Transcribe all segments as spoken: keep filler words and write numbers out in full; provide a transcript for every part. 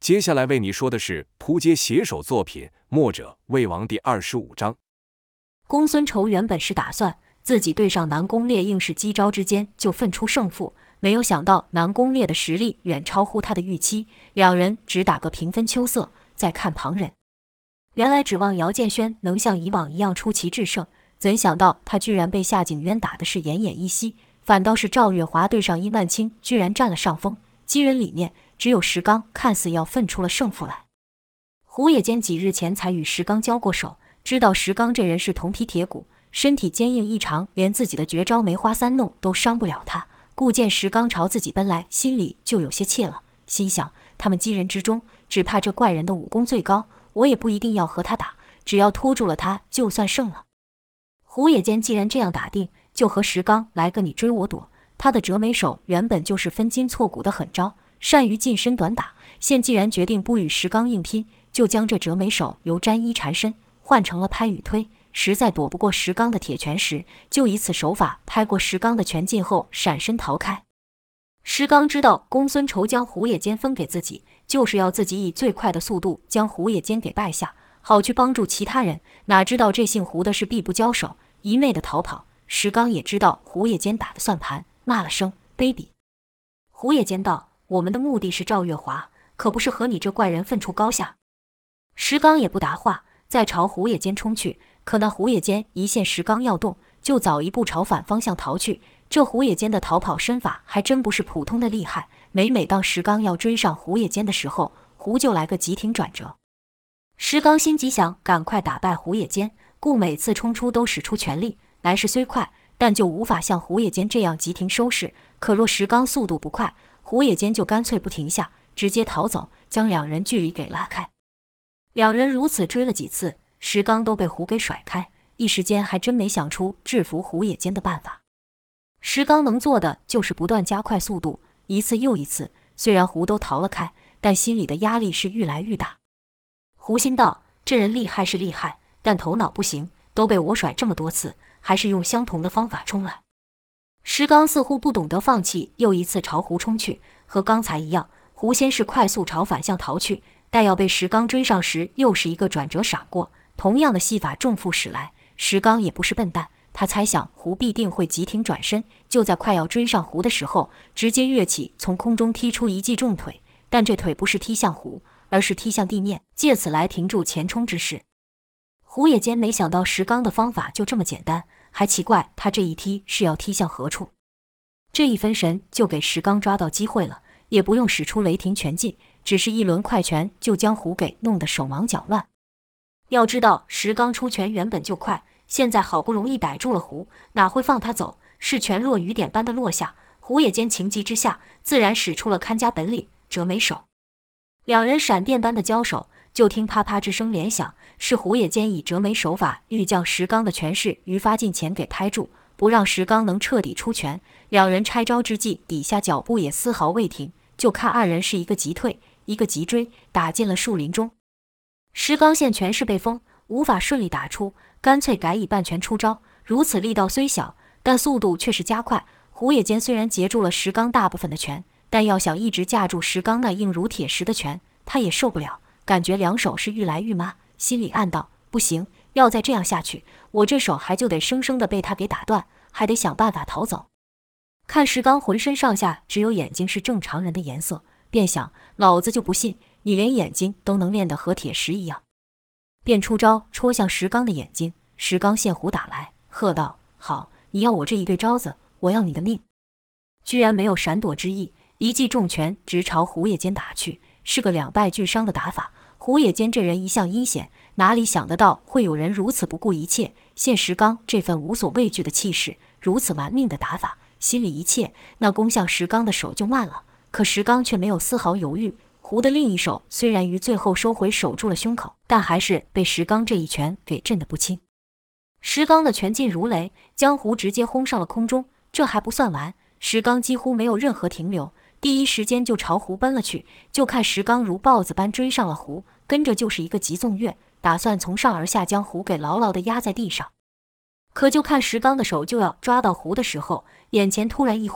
接下来为你说的是扑街写手作品《墨者魏王》第二十五章。 公孙仇原本是打算自己对上南宫烈，硬是几招之间就分出胜负，没有想到南宫烈的实力远超乎他的预期，两人只打个平分秋色，再看旁人。原来指望姚建轩能像以往一样出奇制胜，怎想到他居然被夏景渊打的是奄奄一息，反倒是赵月华对上殷万清居然占了上风，击人里面只有石刚看似要分出了胜负来。胡野间几日前才与石刚交过手，知道石刚这人是铜皮铁骨，身体坚硬异常，连自己的绝招梅花三弄都伤不了他，故见石刚朝自己奔来，心里就有些怯了，心想他们击人之中，只怕这怪人的武功最高，我也不一定要和他打，只要拖住了他就算胜了。胡野间既然这样打定，就和石刚来个你追我躲。他的折眉手原本就是分筋错骨的狠招，善于近身短打，现既然决定不与石刚硬拼，就将这折眉手由沾衣缠身换成了拍与推，实在躲不过石刚的铁拳时，就以此手法拍过石刚的拳劲后闪身逃开。石刚知道公孙仇将胡野间分给自己，就是要自己以最快的速度将胡野间给败下，好去帮助其他人，哪知道这姓胡的是必不交手，一昧的逃跑。石刚也知道胡野间打的算盘，骂了声卑鄙。胡野间道：我们的目的是赵月华，可不是和你这怪人分出高下。石刚也不答话，再朝胡野间冲去，可那胡野间一见石刚要动，就早一步朝反方向逃去。这胡野间的逃跑身法还真不是普通的厉害，每每当石刚要追上胡野间的时候，胡就来个急停转折。石刚心急想赶快打败胡野间，故每次冲出都使出全力，来势虽快，但就无法像胡野间这样急停收势。可若石刚速度不快，胡野间就干脆不停下，直接逃走，将两人距离给拉开。两人如此追了几次，石刚都被胡给甩开，一时间还真没想出制服胡野间的办法。石刚能做的就是不断加快速度，一次又一次，虽然胡都逃了开，但心里的压力是愈来愈大。胡心道：这人厉害是厉害，但头脑不行，都被我甩这么多次，还是用相同的方法冲来。石刚似乎不懂得放弃，又一次朝胡冲去，和刚才一样，胡先是快速朝反向逃去，待要被石刚追上时，又是一个转折闪过，同样的戏法重复使来。石刚也不是笨蛋，他猜想胡必定会急停转身，就在快要追上胡的时候，直接跃起从空中踢出一记重腿，但这腿不是踢向胡，而是踢向地面，借此来停住前冲之势。胡野间没想到石刚的方法就这么简单，还奇怪他这一踢是要踢向何处。这一分神就给石刚抓到机会了，也不用使出雷霆拳劲，只是一轮快拳就将胡给弄得手忙脚乱。要知道石刚出拳原本就快，现在好不容易逮住了胡，哪会放他走，是拳落雨点般的落下。胡野间情急之下，自然使出了看家本领折眉手。两人闪电般的交手，就听啪啪之声连响，是胡野间以折眉手法欲将石刚的拳势于发劲前给拍住，不让石刚能彻底出拳。两人拆招之际，底下脚步也丝毫未停，就看二人是一个急退，一个急追，打进了树林中。石刚现拳势被封，无法顺利打出，干脆改以半拳出招，如此力道虽小，但速度却是加快。胡野间虽然截住了石刚大部分的拳，但要想一直架住石刚那硬如铁石的拳，他也受不了，感觉两手是愈来愈麻，心里暗道：不行，要再这样下去，我这手还就得生生的被他给打断，还得想办法逃走。看石刚浑身上下只有眼睛是正常人的颜色，便想老子就不信你连眼睛都能练得和铁石一样，便出招戳向石刚的眼睛。石刚见胡打来，喝道：好，你要我这一对招子，我要你的命！居然没有闪躲之意，一记重拳直朝胡野间打去，是个两败俱伤的打法。胡野间这人一向阴险，哪里想得到会有人如此不顾一切，现石刚这份无所畏惧的气势，如此玩命的打法，心里一切，那攻向石刚的手就慢了。可石刚却没有丝毫犹豫，胡的另一手虽然于最后收回守住了胸口，但还是被石刚这一拳给震得不轻。石刚的拳劲如雷，将胡直接轰上了空中。这还不算完，石刚几乎没有任何停留，第一时间就朝胡奔了去。就看石刚如豹子般追上了胡，跟着就是一个急纵跃，打算从上而下将胡给牢牢地压在地上。可就看石刚的手就要抓到胡的时候，眼前突然一挥，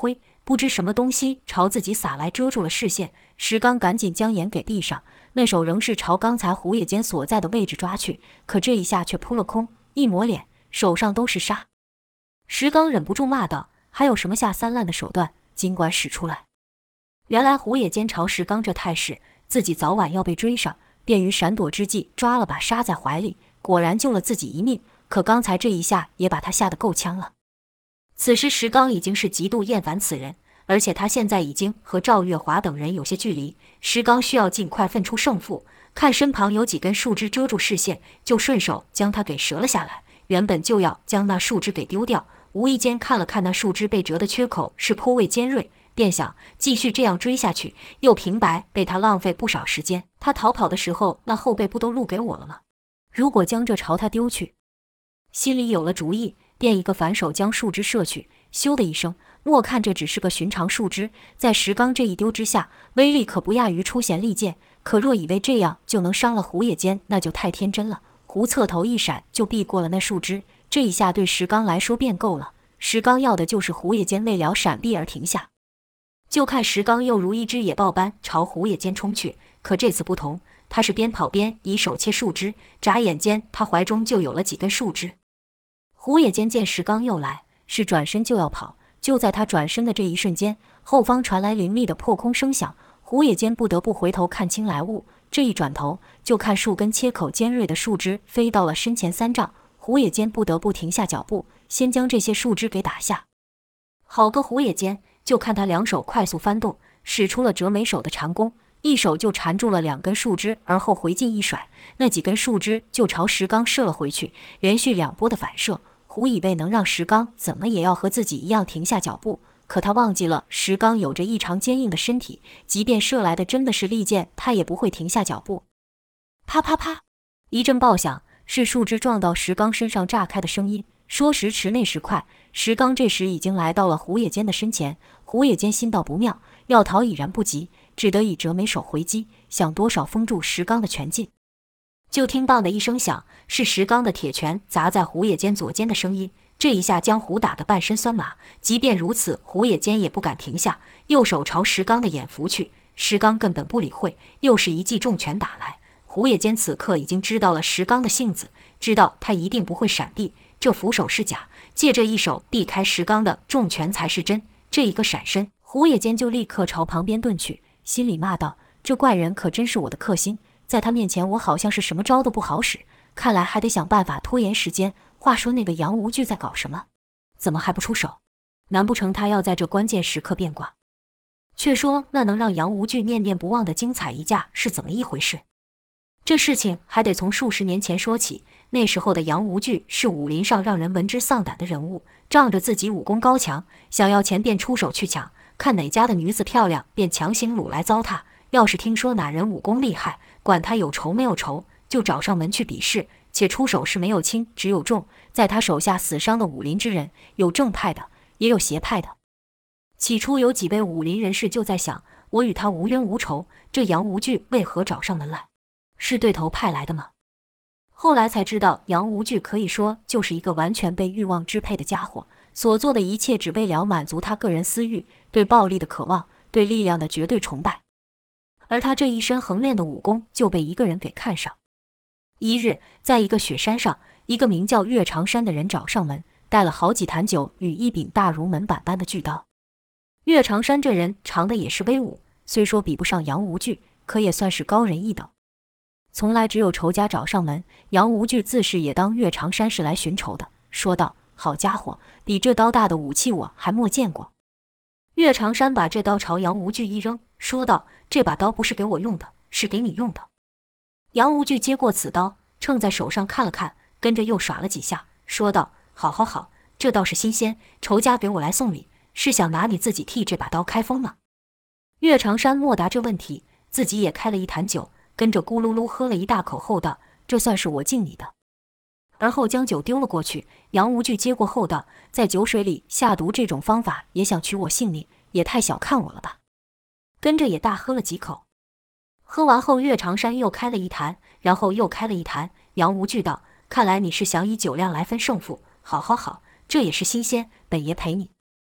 不知什么东西朝自己洒来，遮住了视线。石刚赶紧将眼给闭上，那手仍是朝刚才胡野间所在的位置抓去，可这一下却扑了空，一抹脸，手上都是沙。石刚忍不住骂道：“还有什么下三滥的手段，尽管使出来！”原来胡野间朝石刚这态势，自己早晚要被追上，便于闪躲之际抓了把沙在怀里，果然救了自己一命。可刚才这一下也把他吓得够呛了。此时石刚已经是极度厌烦此人，而且他现在已经和赵月华等人有些距离，石刚需要尽快分出胜负。看身旁有几根树枝遮住视线，就顺手将它给折了下来。原本就要将那树枝给丢掉，无意间看了看那树枝被折的缺口是颇为尖锐，便想继续这样追下去，又平白被他浪费不少时间。他逃跑的时候，那后背不都露给我了吗？如果将这朝他丢去，心里有了主意，便一个反手将树枝射去。咻的一声，莫看这只是个寻常树枝，在石刚这一丢之下，威力可不亚于出弦利箭。可若以为这样就能伤了胡野间，那就太天真了。胡侧头一闪，就避过了那树枝。这一下对石刚来说便够了。石刚要的就是胡野间未了闪避而停下。就看石刚又如一只野豹般朝胡野间冲去，可这次不同，他是边跑边以手切树枝，眨眼间他怀中就有了几根树枝。胡野间见石刚又来，是转身就要跑。就在他转身的这一瞬间，后方传来凌厉的破空声响，胡野间不得不回头看清来物。这一转头，就看数根切口尖锐的树枝飞到了身前三丈，胡野间不得不停下脚步，先将这些树枝给打下。好个胡野间，就看他两手快速翻动，使出了折眉手的缠功，一手就缠住了两根树枝，而后回劲一甩，那几根树枝就朝石刚射了回去，连续两波的反射。胡以为能让石刚怎么也要和自己一样停下脚步，可他忘记了石刚有着异常坚硬的身体，即便射来的真的是利箭，他也不会停下脚步。啪啪啪，一阵爆响，是树枝撞到石刚身上炸开的声音。说时迟，那时快，石刚这时已经来到了胡野间的身前。胡野间心道不妙，要逃已然不及，只得以折眉手回击，想多少封住石刚的拳劲。就听棒的一声响，是石刚的铁拳砸在胡野间左肩的声音。这一下将胡打得半身酸麻，即便如此，胡野间也不敢停下，右手朝石刚的眼扶去。石刚根本不理会，又是一记重拳打来。胡野间此刻已经知道了石刚的性子，知道他一定不会闪避，这扶手是假，借这一手避开石刚的重拳才是真。这一个闪身，胡野间就立刻朝旁边遁去，心里骂道：这怪人可真是我的克星，在他面前我好像是什么招都不好使，看来还得想办法拖延时间。话说那个杨无惧在搞什么？怎么还不出手？难不成他要在这关键时刻变卦？却说那能让杨无惧念念不忘的精彩一架是怎么一回事？这事情还得从数十年前说起。那时候的杨无惧是武林上让人闻之丧胆的人物，仗着自己武功高强，想要钱便出手去抢，看哪家的女子漂亮便强行掳来糟蹋。要是听说哪人武功厉害，管他有仇没有仇，就找上门去比试，且出手是没有轻只有重。在他手下死伤的武林之人，有正派的，也有邪派的。起初有几位武林人士就在想，我与他无冤无仇，这杨无惧为何找上门来？是对头派来的吗？后来才知道，杨无惧可以说就是一个完全被欲望支配的家伙，所做的一切只为了满足他个人私欲，对暴力的渴望，对力量的绝对崇拜。而他这一身横练的武功就被一个人给看上。一日，在一个雪山上，一个名叫岳长山的人找上门，带了好几坛酒与一柄大如门板般的巨刀。岳长山这人长得也是威武，虽说比不上杨无惧，可也算是高人一等。从来只有仇家找上门，杨无惧自是也当岳长山是来寻仇的，说道：好家伙，比这刀大的武器我还没见过。岳长山把这刀朝杨无惧一扔，说道：这把刀不是给我用的，是给你用的。杨无惧接过此刀，秤在手上看了看，跟着又耍了几下，说道：好好好，这倒是新鲜，仇家给我来送礼，是想拿你自己替这把刀开封吗？岳长山莫答这问题，自己也开了一坛酒，跟着咕噜噜喝了一大口后道：这算是我敬你的。而后将酒丢了过去。杨无惧接过后道：在酒水里下毒这种方法也想取我性命，也太小看我了吧。跟着也大喝了几口。喝完后，岳长山又开了一坛，然后又开了一坛。杨无惧道：看来你是想以酒量来分胜负，好好好，这也是新鲜，本爷陪你。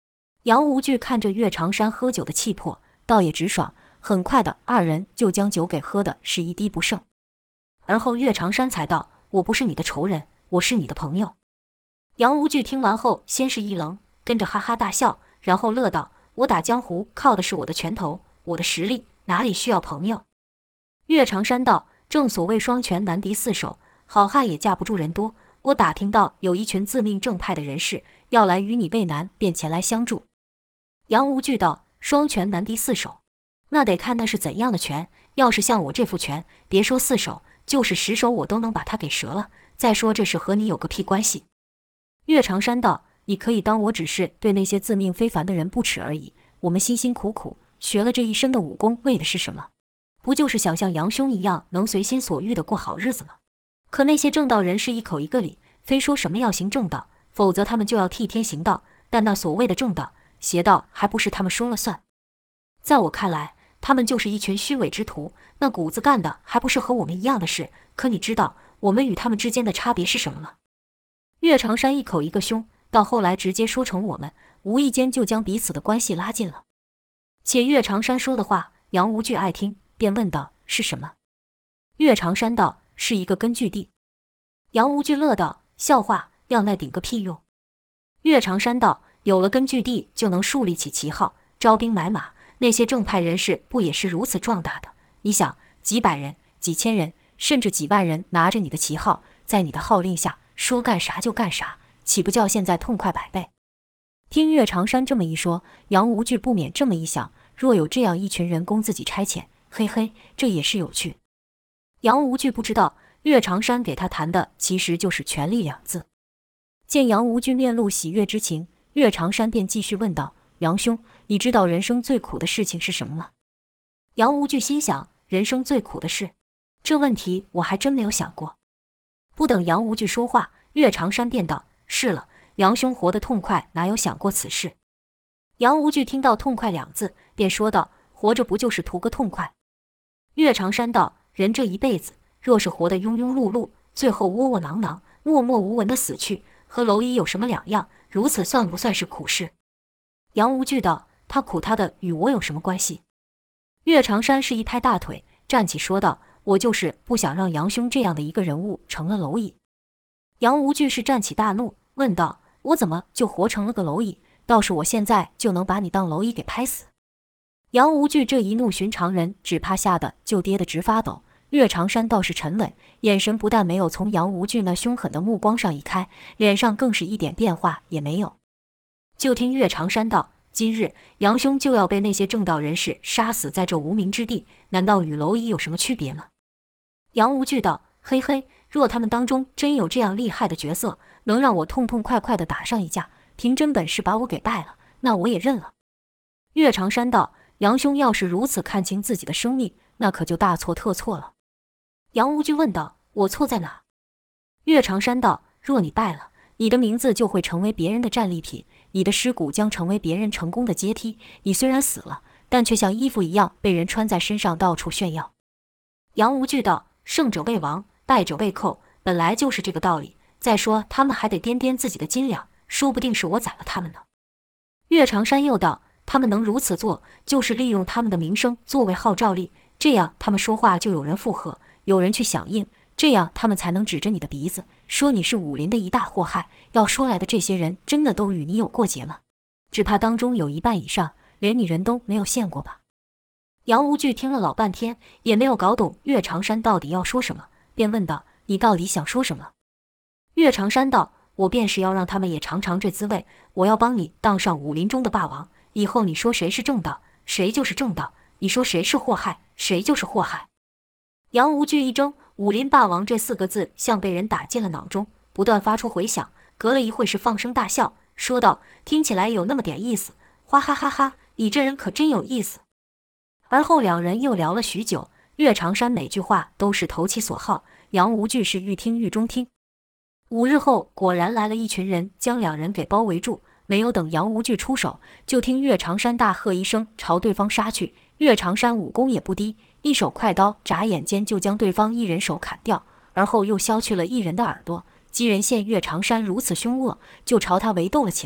杨无惧看着岳长山喝酒的气魄，倒也直爽。很快的，二人就将酒给喝的是一滴不剩。而后岳长山才道：“我不是你的仇人，我是你的朋友。”杨无惧听完后，先是一愣，跟着哈哈大笑，然后乐道：“我打江湖靠的是我的拳头，我的实力，哪里需要朋友？”岳长山道：“正所谓双拳难敌四手，好汉也架不住人多。我打听到有一群自命正派的人士要来与你为难，便前来相助。”杨无惧道：“双拳难敌四手，那得看那是怎样的拳。要是像我这副拳，别说四手，就是十手我都能把它给折了。再说这事和你有个屁关系？”岳长山道：“你可以当我只是对那些自命非凡的人不耻而已。我们辛辛苦苦学了这一身的武功，为的是什么？不就是想像杨兄一样，能随心所欲的过好日子吗？可那些正道人士一口一个理，非说什么要行正道，否则他们就要替天行道。但那所谓的正道、邪道，还不是他们说了算？在我看来，他们就是一群虚伪之徒，那骨子干的还不是和我们一样的事？可你知道我们与他们之间的差别是什么吗？”岳长山一口一个凶，到后来直接说成我们，无意间就将彼此的关系拉近了。且岳长山说的话，杨无惧爱听，便问道：“是什么？”岳长山道：“是一个根据地。”杨无惧乐道：“笑话，要那顶个屁用？”岳长山道：“有了根据地，就能树立起旗号，招兵买马。那些正派人士不也是如此壮大的？你想，几百人、几千人，甚至几万人拿着你的旗号，在你的号令下说干啥就干啥，岂不叫现在痛快百倍？”听岳长山这么一说，杨无惧不免这么一想：若有这样一群人供自己差遣，嘿嘿，这也是有趣。杨无惧不知道，岳长山给他谈的其实就是权力两字。见杨无惧面露喜悦之情，岳长山便继续问道：“杨兄，你知道人生最苦的事情是什么吗？”杨无惧心想：人生最苦的事，这问题我还真没有想过。不等杨无惧说话，岳长山便道：“是了，杨兄活得痛快，哪有想过此事？”杨无惧听到痛快两字，便说道：“活着不就是图个痛快？”岳长山道：“人这一辈子，若是活得庸庸碌碌，最后窝窝囊囊、默默无闻的死去，和蝼蚁有什么两样？如此算不算是苦事？”杨无惧道：“他苦他的，与我有什么关系？”岳长山是一拍大腿，站起说道：“我就是不想让杨兄这样的一个人物成了蝼蚁。”杨无惧是站起大怒，问道：“我怎么就活成了个蝼蚁？倒是我现在就能把你当蝼蚁给拍死！”杨无惧这一怒，寻常人只怕吓得就跌得直发抖。岳长山倒是沉稳，眼神不但没有从杨无惧那凶狠的目光上移开，脸上更是一点变化也没有。就听岳长山道：“今日杨兄就要被那些正道人士杀死在这无名之地，难道与蝼蚁有什么区别吗？”杨无惧道：“嘿嘿，若他们当中真有这样厉害的角色，能让我痛痛快快地打上一架，凭真本事把我给败了，那我也认了。”岳长山道：“杨兄要是如此看清自己的生命，那可就大错特错了。”杨无惧问道：“我错在哪？”岳长山道：“若你败了，你的名字就会成为别人的战利品，你的尸骨将成为别人成功的阶梯。你虽然死了，但却像衣服一样被人穿在身上到处炫耀。”杨无惧道：“胜者为王，败者为寇，本来就是这个道理。再说他们还得掂掂自己的斤两，说不定是我宰了他们呢。”岳长山又道：“他们能如此做，就是利用他们的名声作为号召力，这样他们说话就有人附和，有人去响应，这样他们才能指着你的鼻子说你是武林的一大祸害。要说来的这些人真的都与你有过节吗？只怕当中有一半以上连你人都没有见过吧。”杨无惧听了老半天，也没有搞懂岳长山到底要说什么，便问道：“你到底想说什么？”岳长山道：“我便是要让他们也尝尝这滋味，我要帮你当上武林中的霸王，以后你说谁是正道，谁就是正道；你说谁是祸害，谁就是祸害。”杨无惧一怔，武林霸王这四个字像被人打进了脑中，不断发出回响。隔了一会是放声大笑，说道：“听起来有那么点意思，哗哈哈哈，你这人可真有意思。”而后两人又聊了许久，岳长山每句话都是投其所好，杨无惧是愈听愈中听。五日后，果然来了一群人，将两人给包围住。没有等杨无惧出手，就听岳长山大喝一声，朝对方杀去。岳长山武功也不低，一手快刀，眨眼间就将对方一人手砍掉，而后又削去了一人的耳朵。几人见岳长山如此凶恶，就朝他围斗了起来。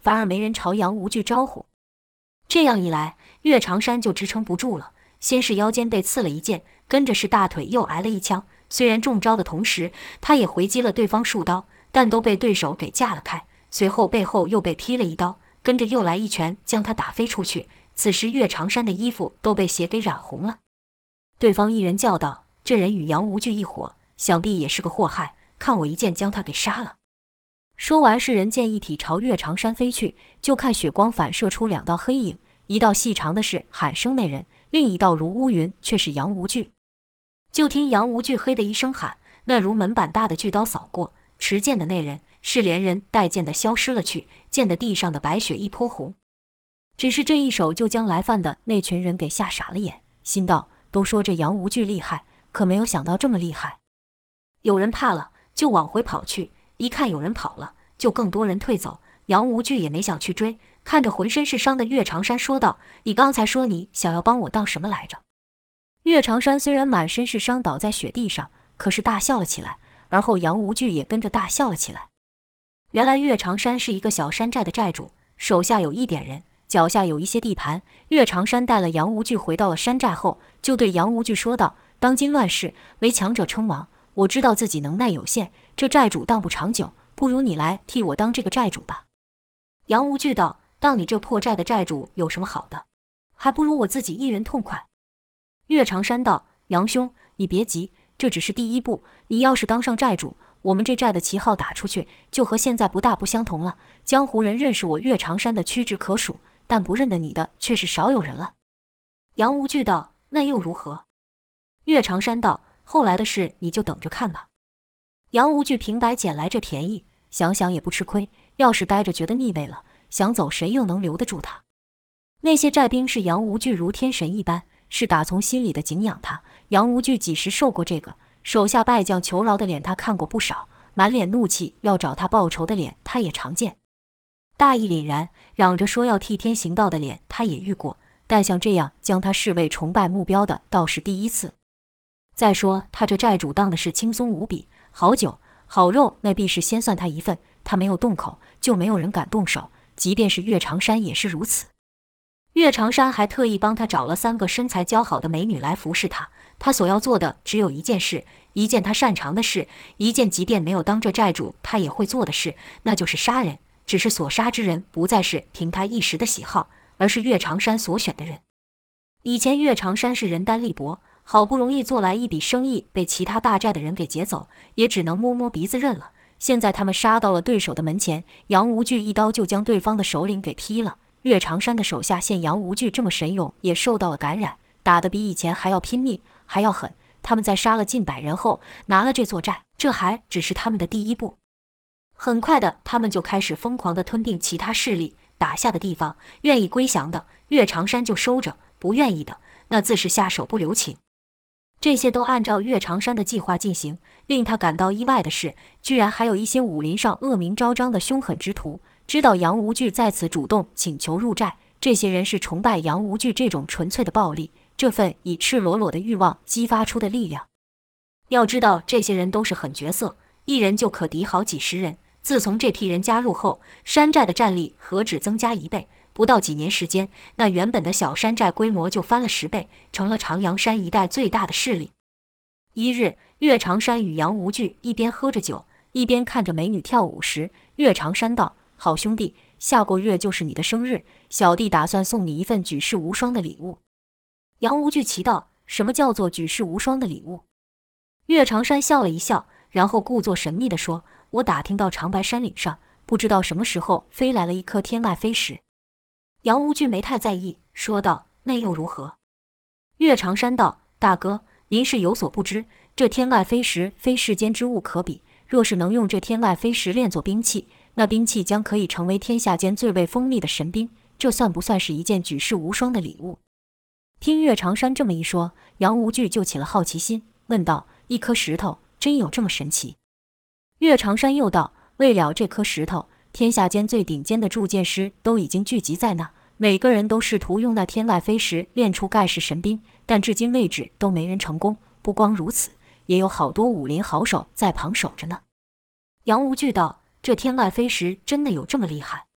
反而没人朝杨无惧招呼。这样一来，岳长山就支撑不住了，先是腰间被刺了一剑，跟着是大腿又挨了一枪。虽然中招的同时，他也回击了对方数刀，但都被对手给架了开。随后背后又被劈了一刀，跟着又来一拳将他打飞出去。此时岳长山的衣服都被血给染红了。对方一人叫道：“这人与杨无惧一伙，想必也是个祸害，看我一剑将他给杀了。”说完，是人剑一体朝岳长山飞去，就看血光反射出两道黑影，一道细长的是喊声那人，另一道如乌云却是杨无惧。就听杨无惧嘿的一声喊，那如门板大的巨刀扫过，持剑的那人是连人带剑的消失了去，溅得地上的白雪一泼红。只是这一手就将来犯的那群人给吓傻了眼，心道：都说这杨无惧厉害，可没有想到这么厉害。有人怕了，就往回跑去，一看有人跑了，就更多人退走。杨无惧也没想去追，看着浑身是伤的岳长山说道：“你刚才说你想要帮我当什么来着？”岳长山虽然满身是伤倒在雪地上，可是大笑了起来，而后杨无惧也跟着大笑了起来。原来岳长山是一个小山寨的寨主，手下有一点人，脚下有一些地盘。岳长山带了杨无惧回到了山寨后，就对杨无惧说道：“当今乱世，唯强者称王。我知道自己能耐有限，这寨主当不长久，不如你来替我当这个寨主吧。”杨无惧道：“当你这破寨的寨主有什么好的？还不如我自己一人痛快。”岳长山道：“杨兄，你别急，这只是第一步。你要是当上寨主，我们这寨的旗号打出去，就和现在不大不相同了。江湖人认识我岳长山的屈指可数，但不认得你的却是少有人了。”杨无惧道：“那又如何？”岳长山道：“后来的事你就等着看吧。”杨无惧平白捡来这便宜，想想也不吃亏。要是待着觉得腻味了，想走谁又能留得住他？那些寨兵是杨无惧如天神一般，是打从心里的敬仰他。杨无惧几时受过这个？手下败将求饶的脸他看过不少，满脸怒气要找他报仇的脸他也常见，大义凛然嚷着说要替天行道的脸他也遇过，但像这样将他视为崇拜目标的倒是第一次。再说他这寨主当的是轻松无比，好酒好肉那必是先算他一份，他没有动口，就没有人敢动手，即便是岳长山也是如此。岳长山还特意帮他找了三个身材姣好的美女来服侍他，他所要做的只有一件事，一件他擅长的事，一件即便没有当这寨主他也会做的事，那就是杀人。只是所杀之人不再是凭他一时的喜好，而是岳长山所选的人。以前岳长山是人单力薄，好不容易做来一笔生意，被其他大寨的人给劫走，也只能摸摸鼻子认了。现在他们杀到了对手的门前，杨无惧一刀就将对方的首领给劈了。岳长山的手下见杨无惧这么神勇，也受到了感染，打得比以前还要拼命，还要狠。他们在杀了近百人后，拿了这座寨，这还只是他们的第一步。很快的，他们就开始疯狂地吞并其他势力，打下的地方，愿意归降的，岳长山就收着；不愿意的，那自是下手不留情。这些都按照岳长山的计划进行。令他感到意外的是，居然还有一些武林上恶名昭彰的凶狠之徒，知道杨无惧在此主动请求入寨，这些人是崇拜杨无惧这种纯粹的暴力，这份以赤裸裸的欲望激发出的力量。要知道，这些人都是狠角色，一人就可敌好几十人。自从这批人加入后，山寨的战力何止增加一倍，不到几年时间，那原本的小山寨规模就翻了十倍，成了长阳山一带最大的势力。一日，岳长山与杨无惧一边喝着酒，一边看着美女跳舞时，岳长山道：“好兄弟，下个月就是你的生日，小弟打算送你一份举世无双的礼物。”杨无惧奇道：“什么叫做举世无双的礼物？”岳长山笑了一笑，然后故作神秘地说：“我打听到长白山岭上，不知道什么时候飞来了一颗天外飞石。”杨无惧没太在意，说道：“那又如何？”岳长山道：“大哥，您是有所不知，这天外飞石非世间之物可比，若是能用这天外飞石炼作兵器，那兵器将可以成为天下间最为锋利的神兵，这算不算是一件举世无双的礼物？”听岳长山这么一说，杨无惧就起了好奇心，问道：“一颗石头真有这么神奇？”岳长山又道：“为了这颗石头，天下间最顶尖的铸剑师都已经聚集在那，每个人都试图用那天外飞石炼出盖世神兵，但至今为止都没人成功。不光如此，也有好多武林好手在旁守着呢。”杨无惧道：“这天外飞石真的有这么厉害？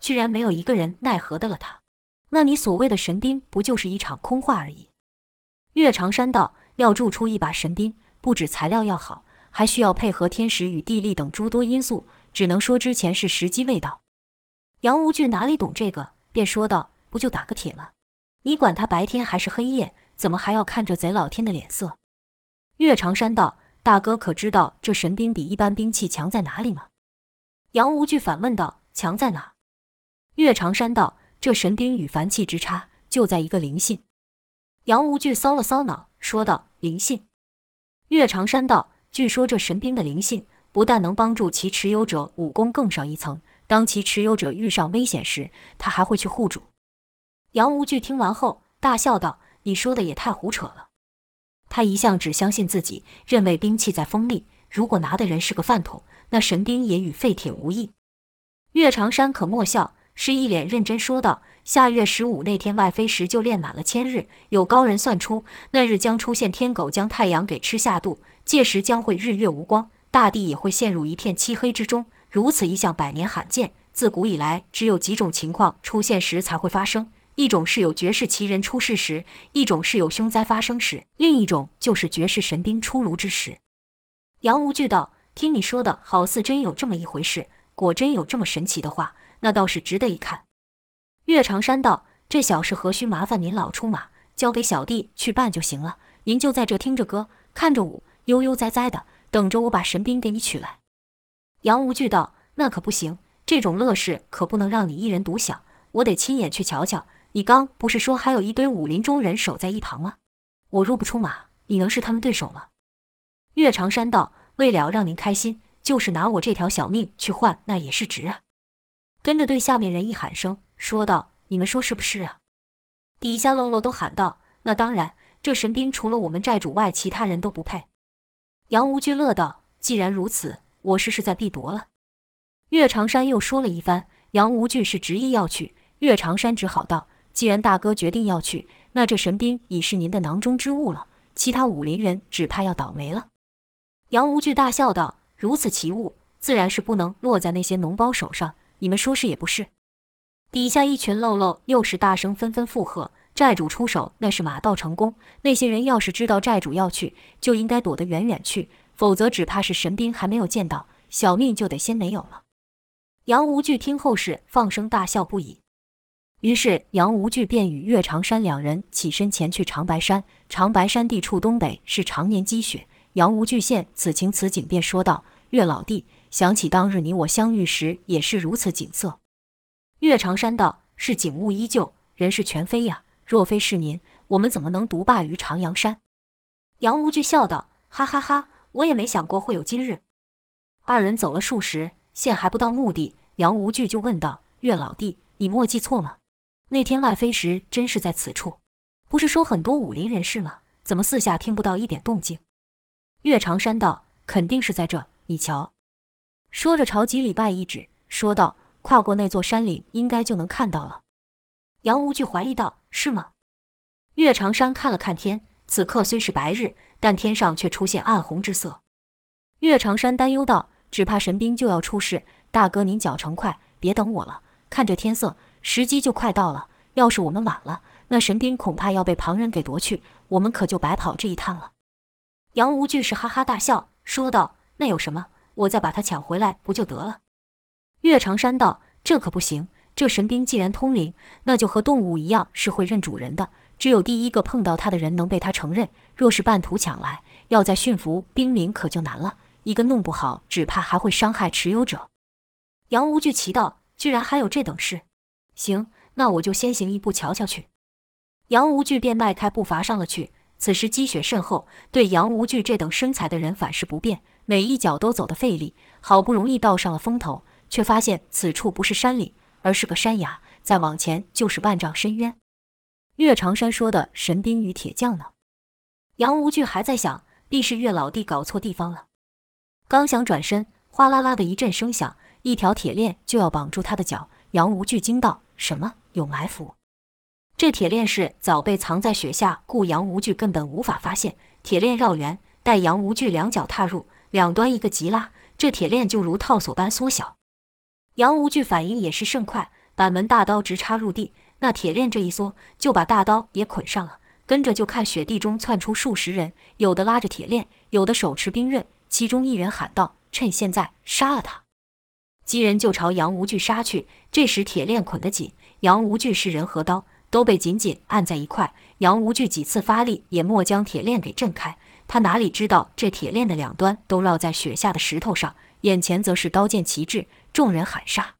居然没有一个人奈何得了他。那你所谓的神兵不就是一场空话而已？岳长山道：要铸出一把神兵，不止材料要好，还需要配合天时与地利等诸多因素，只能说之前是时机未到。杨无惧哪里懂这个，便说道：不就打个铁吗？你管他白天还是黑夜，怎么还要看这贼老天的脸色？岳长山道：大哥可知道这神兵比一般兵器强在哪里吗？杨无惧反问道：强在哪？岳长山道：这神兵与凡器之差，就在一个灵性。杨无惧搔了搔脑，说道：灵性？岳长山道：据说这神兵的灵性，不但能帮助其持有者武功更上一层，当其持有者遇上危险时，他还会去护主。杨无惧听完后大笑道：你说的也太胡扯了。他一向只相信自己，认为兵器在锋利，如果拿的人是个饭桶，那神兵也与废铁无异。岳长山可莫笑，是一脸认真说道：下月十五那天外飞时就练满了千日，有高人算出，那日将出现天狗将太阳给吃下肚，届时将会日月无光，大地也会陷入一片漆黑之中。如此一项百年罕见，自古以来只有几种情况出现时才会发生，一种是有绝世奇人出世时，一种是有凶灾发生时，另一种就是绝世神兵出炉之时。杨无惧道：听你说的好似真有这么一回事，果真有这么神奇的话，那倒是值得一看。岳长山道：这小事何须麻烦您老出马，交给小弟去办就行了，您就在这听着歌，看着舞，悠悠哉哉的，等着我把神兵给你取来。杨无惧道：那可不行，这种乐事可不能让你一人独享，我得亲眼去瞧瞧。你刚不是说还有一堆武林中人守在一旁吗？我若不出马，你能是他们对手吗？岳长山道：为了让您开心，就是拿我这条小命去换，那也是值啊。跟着对下面人一喊声，说道：你们说是不是啊？底下喽喽都喊道：那当然，这神兵除了我们寨主外，其他人都不配。杨无惧乐道：既然如此，我试试再必夺了。岳长山又说了一番，杨无惧是执意要去，岳长山只好道：既然大哥决定要去，那这神兵已是您的囊中之物了，其他武林人只怕要倒霉了。杨无惧大笑道：如此奇物，自然是不能落在那些脓包手上，你们说是也不是？底下一群喽喽又是大声纷纷附和，寨主出手那是马到成功，那些人要是知道寨主要去，就应该躲得远远去，否则只怕是神兵还没有见到，小命就得先没有了。杨无惧听后是放声大笑不已。于是杨无惧便与岳长山两人起身前去长白山。长白山地处东北，是常年积雪。杨无惧见此情此景，便说道：岳老弟，想起当日你我相遇时也是如此景色。岳长山道：是景物依旧，人是全非呀，若非是您，我们怎么能独霸于长阳山？杨无惧笑道：哈哈哈，我也没想过会有今日。二人走了数十，现还不到目的，杨无惧就问道：岳老弟，你莫记错吗？那天外飞时真是在此处，不是说很多武林人士吗？怎么四下听不到一点动静？岳长山道：肯定是在这，你瞧。说着朝几里外一指，说道：跨过那座山岭，应该就能看到了。杨无惧怀疑道：是吗？岳长山看了看天，此刻虽是白日，但天上却出现暗红之色。岳长山担忧道：只怕神兵就要出事，大哥您脚程快，别等我了，看这天色，时机就快到了，要是我们晚了，那神兵恐怕要被旁人给夺去，我们可就白跑这一趟了。杨无惧是哈哈大笑，说道：那有什么，我再把他抢回来不就得了？岳长山道：这可不行，这神兵既然通灵，那就和动物一样是会认主人的，只有第一个碰到他的人能被他承认，若是半途抢来，要再驯服兵灵可就难了，一个弄不好只怕还会伤害持有者。杨无惧奇道：居然还有这等事？行，那我就先行一步瞧瞧去。杨无惧便迈开步伐上了去。此时积雪甚厚，对杨无惧这等身材的人反是不便，每一脚都走得费力，好不容易到上了峰头，却发现此处不是山岭，而是个山崖，再往前就是万丈深渊。岳长山说的神兵与铁匠呢？杨无惧还在想，必是岳老弟搞错地方了。刚想转身，哗啦啦的一阵声响，一条铁链就要绑住他的脚。杨无惧惊道：什么？有埋伏？这铁链是早被藏在雪下，故杨无惧根本无法发现。铁链绕圆，待杨无惧两脚踏入，两端一个急拉，这铁链就如套索般缩小。杨无惧反应也是甚快， 板门大刀直插入地。那铁链这一缩，就把大刀也捆上了。跟着就看雪地中窜出数十人，有的拉着铁链，有的手持兵刃。其中一人喊道：“趁现在杀了他！”几人就朝杨无惧杀去。这时铁链捆得紧，杨无惧是人和刀都被紧紧按在一块。杨无惧几次发力，也莫将铁链给震开。他哪里知道这铁链的两端都绕在雪下的石头上，眼前则是刀剑齐至，众人喊杀。